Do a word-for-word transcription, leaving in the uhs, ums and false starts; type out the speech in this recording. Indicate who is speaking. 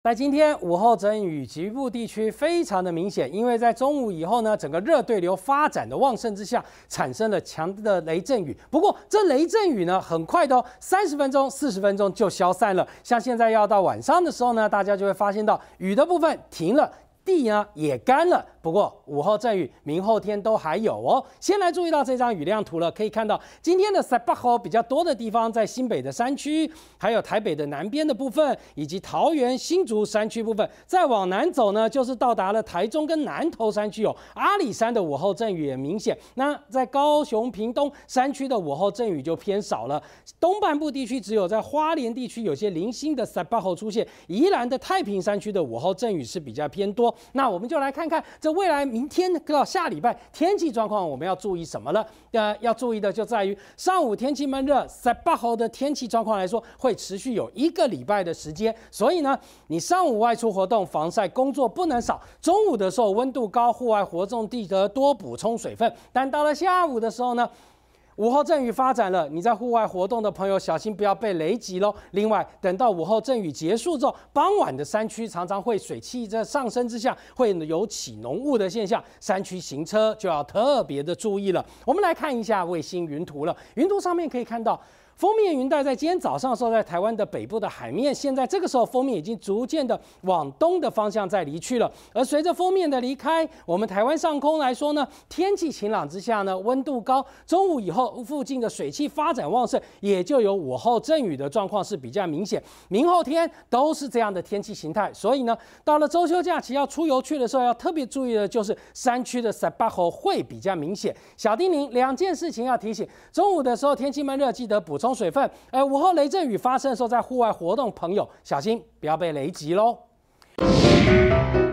Speaker 1: 在今天午后阵雨局部地区非常的明显，因为在中午以后呢，整个热对流发展的旺盛之下，产生了强的雷阵雨。不过这雷阵雨呢，很快的哦，三十分钟、四十分钟就消散了。像现在要到晚上的时候呢，大家就会发现到雨的部分停了。 地呢也干了，不过午后阵雨，明后天都还有哦。先来注意到这张雨量图了，可以看到今天的塞巴河比较多的地方在新北的山区，还有台北的南边的部分，以及桃园、新竹山区部分。再往南走呢，就是到达了台中跟南投山区哦。阿里山的午后阵雨也明显。那在高雄、屏东山区的午后阵雨就偏少了，东半部地区只有在花莲地区有些零星的塞巴河出现，宜兰的太平山区的午后阵雨是比较偏多。 那我们就来看看这未来明天到下礼拜天气状况，我们要注意什么了？呃，要注意的就在于上午天气闷热，在八号的天气状况来说，会持续有一个礼拜的时间。所以呢，你上午外出活动，防晒工作不能少。中午的时候温度高，户外活动记得多补充水分。但到了下午的时候呢？ 午后阵雨发展了，你在户外活动的朋友小心不要被雷击喽。另外，等到午后阵雨结束之后，傍晚的山区常常会水汽在上升之下，会有起浓雾的现象，山区行车就要特别的注意了。我们来看一下卫星云图了，云图上面可以看到。 锋面云带在今天早上的时候，在台湾的北部的海面，现在这个时候锋面已经逐渐的往东的方向在离去了。而随着锋面的离开，我们台湾上空来说呢，天气晴朗之下呢，温度高，中午以后附近的水汽发展旺盛，也就有午后阵雨的状况是比较明显。明后天都是这样的天气形态，所以呢，到了周休假期要出游去的时候，要特别注意的就是山区的塞巴河会比较明显。小叮咛，两件事情要提醒：中午的时候天气闷热，记得补充 水分，而午后雷阵雨发生的时候，在户外活动，朋友小心不要被雷击喽。